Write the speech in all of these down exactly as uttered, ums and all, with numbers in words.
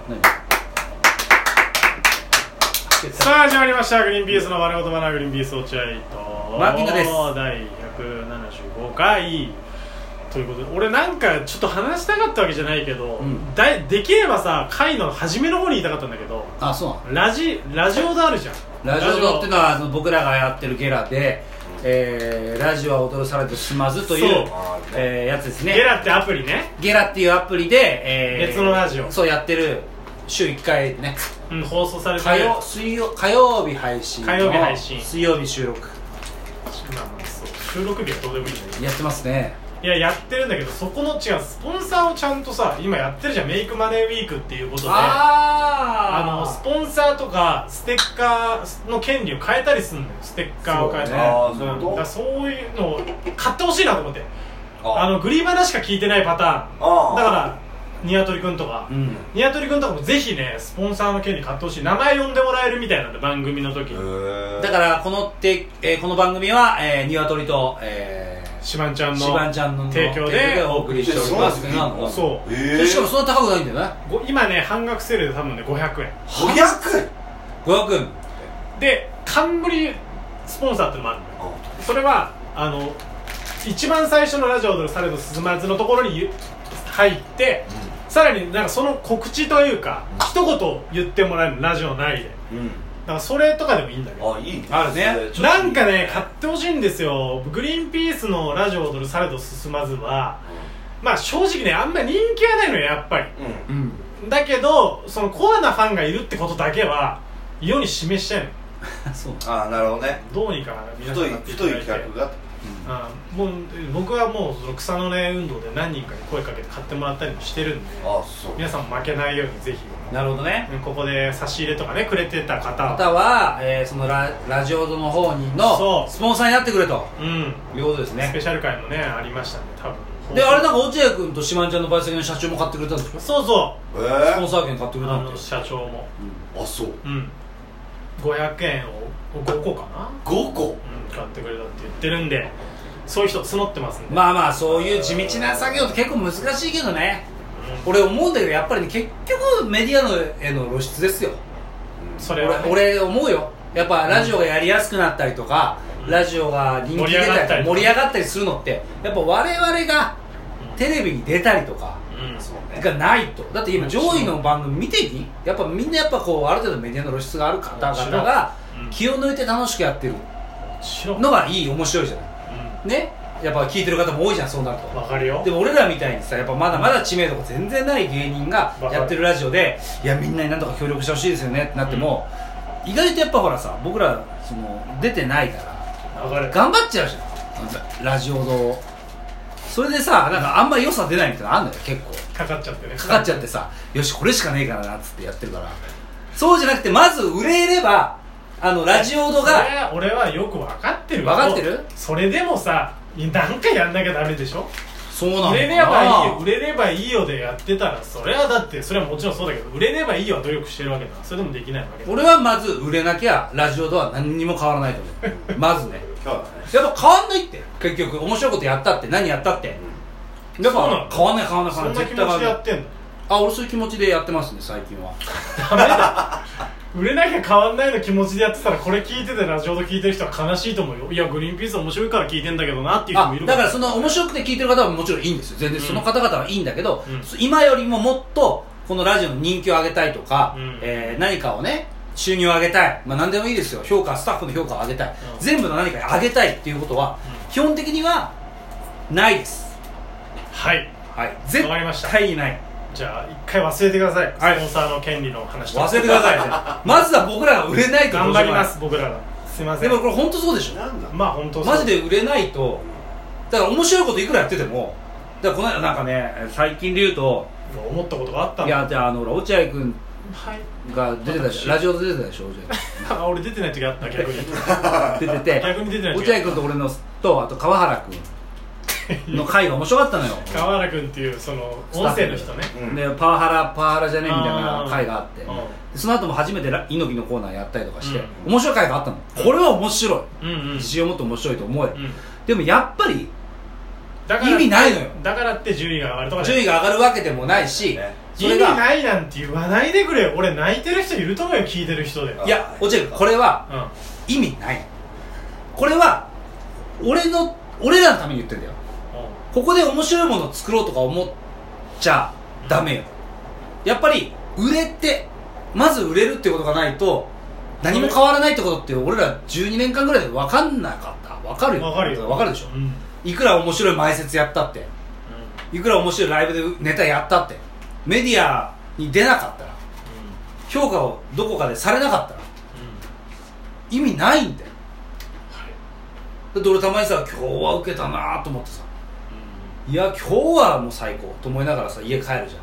さあ始まりましたグリーンピースの丸ごとバナナグリーンピース落合とマーキングです。 だいひゃくななじゅうごかいということで、俺なんかちょっと話したかったわけじゃないけど、うん、だできればさ回の初めの方に言いたかったんだけど、 あ、そうラジラジオドあるじゃん。 ラジオドっていうのはあの僕らがやってるゲラで、えー、ラジオは踊るされてすまずという、えー、やつですね。 ゲラってアプリね。 ゲラっていうアプリで、えー、 別のラジオそうやってる週いっかいね、 うん、放送されて火曜水曜火曜日配信火曜日配信水曜日収録、 まあ、そう収録日はどうでもいいんだけどやってますね。 いややってるんだけど、そこの違うスポンサーをちゃんとさ今やってるじゃん。メイクマネーウィークっていうことで、 ああのスポンサーとかステッカーの権利を変えたりするんだよ。ステッカーを変えたり、 そうね、うん、だからそういうのを買ってほしいなと思って。ああのグリーバナしか聞いてないパターンだからニワトリくんとか、うん、ニワトリくんとかもぜひねスポンサーの権利買ってほしい。名前呼んでもらえるみたいなんで番組の時に。 だからこのて、えー、この番組は、えー、ニワトリと、えーシバンちゃんの提供でお送りしております。 そう、 えー、しかもそんな高くないんだよね。 今ね半額セールで多分ねごひゃくえんごひゃくえんごひゃくえんで冠スポンサーってのもあるのよ。それはあの一番最初のラジオ踊るされどすまずのところに入って、うん、さらになんかその告知というか、うん、一言言ってもらえるのラジオ内で、うん、だからそれとかでもいいんだけど。 あ、いいね。 あるね。なんかね買ってほしいんですよ。グリーンピースのラジオ踊るされど進まずは、うん、まあ正直ねあんま人気はないのよやっぱり、うんうん、だけどそのコアなファンがいるってことだけは世に示したいのそう。 ああ、なるほどね。 どうにか皆さん太い太い企画が、 うん、あもう僕はもうその草の根運動で何人かに声かけて買ってもらったりもしてるんで、 ああそう。 皆さんも負けないようにぜひ。 なるほどね。 ここで差し入れとかねくれてた方方は、えー、その ラ, ラジオドの方にのスポンサーになってくれと、うん、いうことですね。 スペシャル回もねありましたんで多分。 であれなんか落合君としまんちゃんのバイト先の社長も買ってくれたんですか。 そうそう、 えー、 スポンサー券買ってくれたんで社長も、 うん、あそう、 うん、ごひゃくえんをごこかなごこ、 うん、買ってくれたって言ってるんで、そういう人募ってますんで。 まあまあそういう地道な作業って結構難しいけどね、うん、俺思うんだけどやっぱり、ね、結局メディアのへの露出ですよ、 うん、それは、ね、 俺, 俺思うよ。やっぱラジオがやりやすくなったりとか、うん、ラジオが人気出たり盛り上がったりするのってやっぱ我々がテレビに出たりとか、うん、がないと。だって今上位の番組見てみ、やっぱみんなやっぱこうある程度メディアの露出がある方々が気を抜いて楽しくやってるのがいい、面白いじゃない、うん、ね。やっぱ聞いてる方も多いじゃん、そうなると。 わかるよ。 でも俺らみたいにさやっぱまだまだ知名度が全然ない芸人がやってるラジオでいやみんなになんとか協力してほしいですよねってなっても、うん、意外とやっぱほらさ僕らその出てないから頑張っちゃうじゃんラジオ堂。それでさなんかあんまり良さ出ないみたいなのあんのよ結構。 かかっちゃってね。 かかっちゃってさよしこれしかねえからなっつってやってるから。そうじゃなくてまず売れればあのラジオ堂が。 俺はよく分かってる分かってる。 それでもさ何かやんなきゃダメでしょ。 そうなのかな。 売れればいいよ売れればいいよでやってたらそれはだってそれはもちろんそうだけど売れればいいよは努力してるわけだ。それでもできないわけだ。 俺はまず売れなきゃラジオとは何にも変わらないと思うまずねやっぱ変わんないって結局面白いことやったって何やったって、うん、やっぱ変わんない変わんない変わんない。 そんな気持ちでやってんの。 あ、俺そういう気持ちでやってますね最近は。 ダメだ売れなきゃ変わんないの気持ちでやってたらこれ聞いててラジオで聞いてる人は悲しいと思うよ。いやグリーンピース面白いから聞いてんだけどなっていう人もいるから。 だからその面白くて聞いてる方はもちろんいいんですよ全然、うん、その方々はいいんだけど、うん、今よりももっとこのラジオの人気を上げたいとか、うんえー、何かをね収入を上げたい、まあ、何でもいいですよ。評価スタッフの評価を上げたい、うん、全部の何かを上げたいっていうことは、うん、基本的にはないです。 はいはい絶対にない。 じゃあ一回忘れてください、はい、スポンサーの権利の話と忘れてくださいねまずは僕らが売れないと頑張ります僕らが。すいません。 でもこれ本当そうでしょ。 なんだまあ本当そう。 マジで売れないとだから面白いこといくらやっててもだからこの間なんかね最近で言うと思ったことがあったんだ。 いやじゃああの落合君が出てたでしょ、ラジオで出てたでしょ落合君俺出てない時あった逆に出てて逆に出てない時落合君と俺のとあと川原君の回が面白かったのよ川原君っていうその音声の人ね、 うん、でパワハラパワハラじゃねみたいな回があってその後も初めて猪木のコーナーやったりとかして、うん、面白い回があったの。これは面白い、うんうん、自信を持って面白いと思え、うん、でもやっぱりだから意味ないのよ。 だからって順位が上がるとか順位が上がるわけでもないし、 ね、 意味ないなんて言わないでくれよ。俺泣いてる人いると思うよ、聞いてる人で。 いや落合君これは意味ないの。これは俺の俺らのために言ってんだよ。ここで面白いものを作ろうとか思っちゃダメよ。やっぱり売れてまず売れるってことがないと何も変わらないってことって俺らじゅうにねんかんぐらいで分かんなかった。分かるよ。 分かるよ。 分かるでしょ、 うん、 いくら面白い前説やったって、うん、いくら面白いライブでネタやったってメディアに出なかったら、うん、評価をどこかでされなかったら、うん、意味ないんだよ、はい、だって俺たまにさ今日は受けたなと思ってさ、うん、いや今日はもう最高と思いながらさ家帰るじゃん、うん、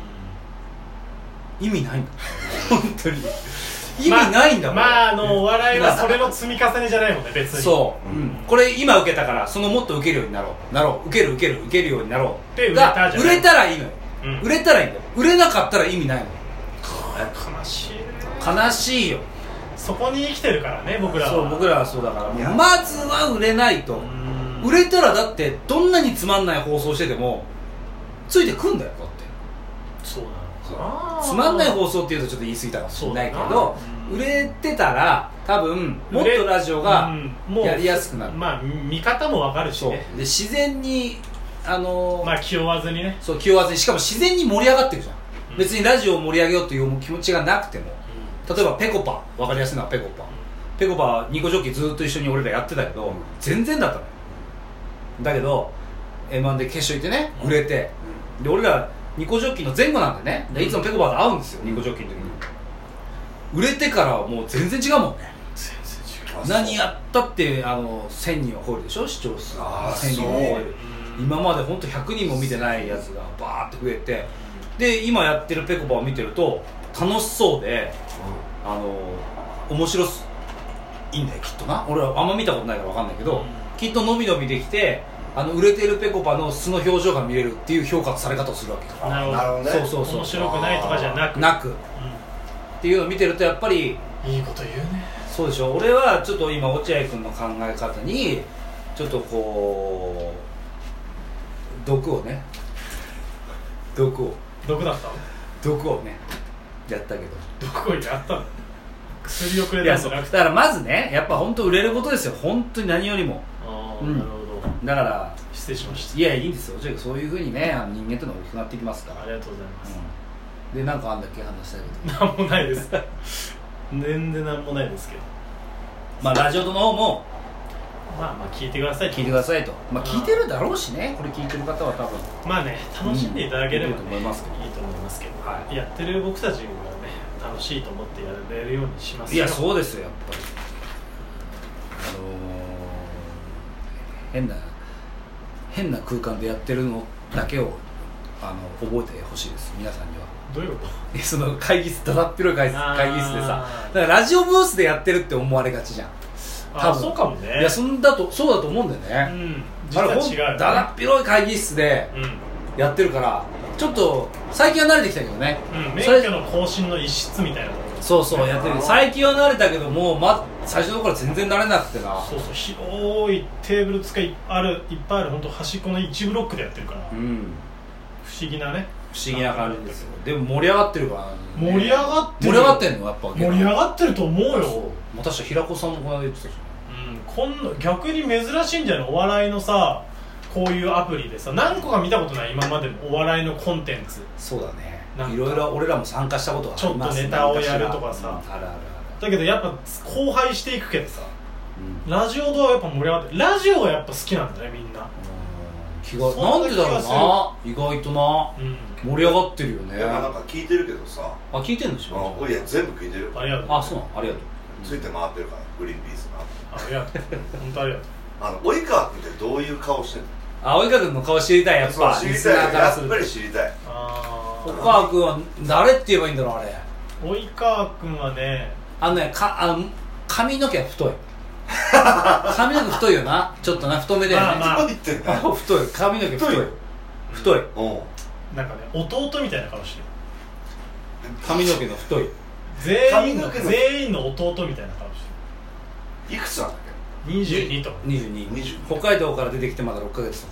意味ないんだ本当に意味ないんだもん。 まあ、まあ、あのお笑いはそれの積み重ねじゃないもんね別に。 そう、うん、これ今受けたからそのもっと受けるようになろうなろう受ける受ける受けるようになろうで売れたじゃない。 売れたらいいのよ、うん、売れたらいいんだよ。売れなかったら意味ないのよ。 悲しいね。 悲しいよ。 そこに生きてるからね僕らは。そう僕らはそうだからまずは売れないと。売れたらだってどんなにつまんない放送しててもついてくんだよ。だってそうなの。 つまんない放送っていうとちょっと言い過ぎたかもしれないけど、売れてたら多分もっとラジオがやりやすくなる、うん、 まあ見方も分かるしね。 で自然にあのー、 まあ気負わずにね。 そう気負わずにしかも自然に盛り上がってるじゃん、うん、別にラジオを盛り上げようという気持ちがなくても、うん、例えばペコパ分かりやすいのはペコパ、うん、ペコパニコジョッキずっと一緒に俺らやってたけど、うん、全然だったのよ。だけど エムワン で決勝行ってね売れて、うん、で俺らニコジョッキの前後なんでね、でいつもペコパと会うんですよ、ニコジョッキの時に。売れてからもう全然違うもんね。 全然違う。 何やったってあのせんにんは超えるでしょ、視聴数。せんにんは超える。今まで本当ひゃくにんも見てないやつがバーって増えて、で今やってるペコパを見てると楽しそうで、うん、あの面白いいんだよきっとな。俺はあんま見たことないから分かんないけど、うん、きっと伸び伸びできて。あの売れてるペコパの素の表情が見れるっていう評価され方をするわけよ。 なるほどね。そうそうそう。面白くないとかじゃなくなく、うん、っていうのを見てるとやっぱりいいこと言うね。 そうでしょ。俺はちょっと今落合君の考え方にちょっとこう毒をね毒を毒だったの毒をねやったけど毒をやったの薬をくれたんじゃなくて。 だからまずねやっぱ本当売れることですよ。本当に何よりも。 ああ、うん、なるほど。 だから失礼しました。 いやいいんですよ。そういう風にね人間というのは大きくなっていきますから。 ありがとうございます、 うん、でなんかあんだっけ話したいことなんもないです全然なんもないですけど、 まあラジオの方もまあまあ聞いてください聞いてくださいと。まあ聞いてるだろうしね、これ聞いてる方は多分まあね楽しんでいただければ、ね、 うん、いいと思いますけどいいと思いますけど、はい、やってる僕たちがね楽しいと思ってやれるようにしますよ。 いやそうですよやっぱり。あのー、変な変な空間でやってるのだけをあの覚えてほしいです皆さんには。 どういうこと？ その会議室だだっ広い会議室でさ、だからラジオブースでやってるって思われがちじゃん。 多分そうかもね。 いやそんだとそうだと思うんだよね。うん、実は違う、ね。だだっ広い会議室でやってるから、ちょっと最近は慣れてきたけどね。 うん、免許の更新の一室みたいなところ。 そうそうやってる。最近は慣れたけどもうま最初の頃は全然慣れなくてな。 そうそう広いテーブル使いあるいっぱいある本当端っこのいちブロックでやってるから。うん。不思議なね。 不思議な感じですよ。でも盛り上がってるから、ね、 盛り上がってる盛り上がってんのやっぱ盛り上がってると思うよ。 また平子さんもこの間言ってたじゃん。うん、こんな逆に珍しいんじゃないお笑いのさこういうアプリでさ何個か見たことない今までもお笑いのコンテンツ。 そうだね。いろいろ俺らも参加したことがあります。ちょっとネタをやるとかさ、うん、あるあるある。だけどやっぱ荒廃していくけどさ、うん、ラジオドはやっぱ盛り上がってる。ラジオがやっぱ好きなんだねみんな。 気がなんでだろうな意外とな、うん、盛り上がってるよね。 いやなんか聞いてるけどさ。 あ聞いてるんでしょ。 あいや全部聞いてる。 ありがとう。 あそうなのありがとう。 ついて回ってるからグリーンピースが。 ありがとう本当ありがとう。 あの及川君ってどういう顔してんの。 あ及川君の顔知りたいやっぱ。 知りたいやっぱり知りたい。 あ及川君は誰って言えばいいんだろうあれ。 及川君はねあのねかあの髪の毛が太い髪の毛太いよなちょっとな太めだよね。 まあまあ太い髪の毛太い太い、 うん、なんかね弟みたいな顔してる。 髪の毛の太い全員の全員の弟みたいな顔してる。いくつなんだっけ。 にじゅうにとかにじゅうに。北海道から出てきてまだろっかげつとか。 う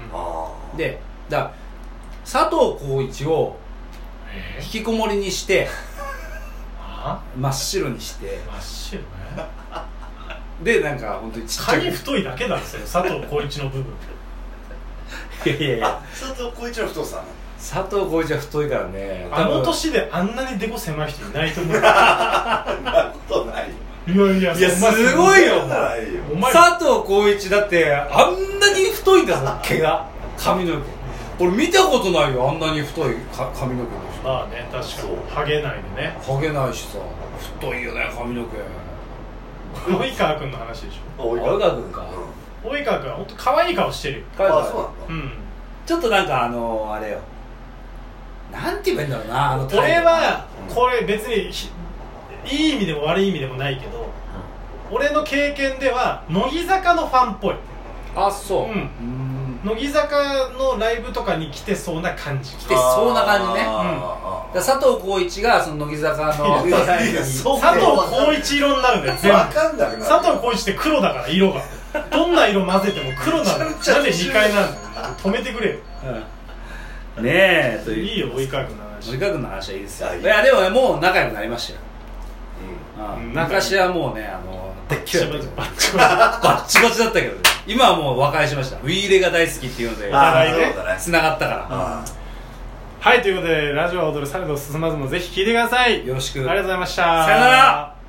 うん、でだから佐藤浩市を引きこもりにして、真っ白にして真っ白ねでなんか本当にちっちゃい髪太いだけなんですよ佐藤浩市の部分いやいやいや佐藤浩市の太さ佐藤浩市は太いからねあの年であんなにデコ狭い人いないと思うそんなことないよいやいやいやすごいよお前佐藤浩市だってあんなに太いんだぞ毛が髪の毛俺見たことないよあんなに太いか髪の毛の人まあね確かにハゲないでねハゲないしさ太いよね髪の毛及川君の話でしょ及川君か及川君はほんと可愛い顔してるよああそうなんだうんちょっとなんかあのあれよなんて言えばいいんだろうなあの俺はこれ別にひいい意味でも悪い意味でもないけど、うん、俺の経験では乃木坂のファンっぽいあそう、 うん、乃木坂のライブとかに来てそうな感じ来てそうな感じね、うん、だ佐藤浩市がその乃木坂の佐藤浩市色になるんだよ全部かんなくなる佐藤浩市って黒だから色がどんな色混ぜても黒なのなんでにかいなんだよ止めてくれよ、 うん、ねえといういいよ及川君の話及川君の話はいいですよいやでもねもう仲良くなりましたよ、うんうん、昔はもうねあのバッチバチバッチバチバチだったけど、ね、今はもう和解しましたウィーレが大好きっていうのでつながったから、うん、 はいということでラジオを踊るされど進まずもぜひ聴いてくださいよろしくありがとうございましたさよなら。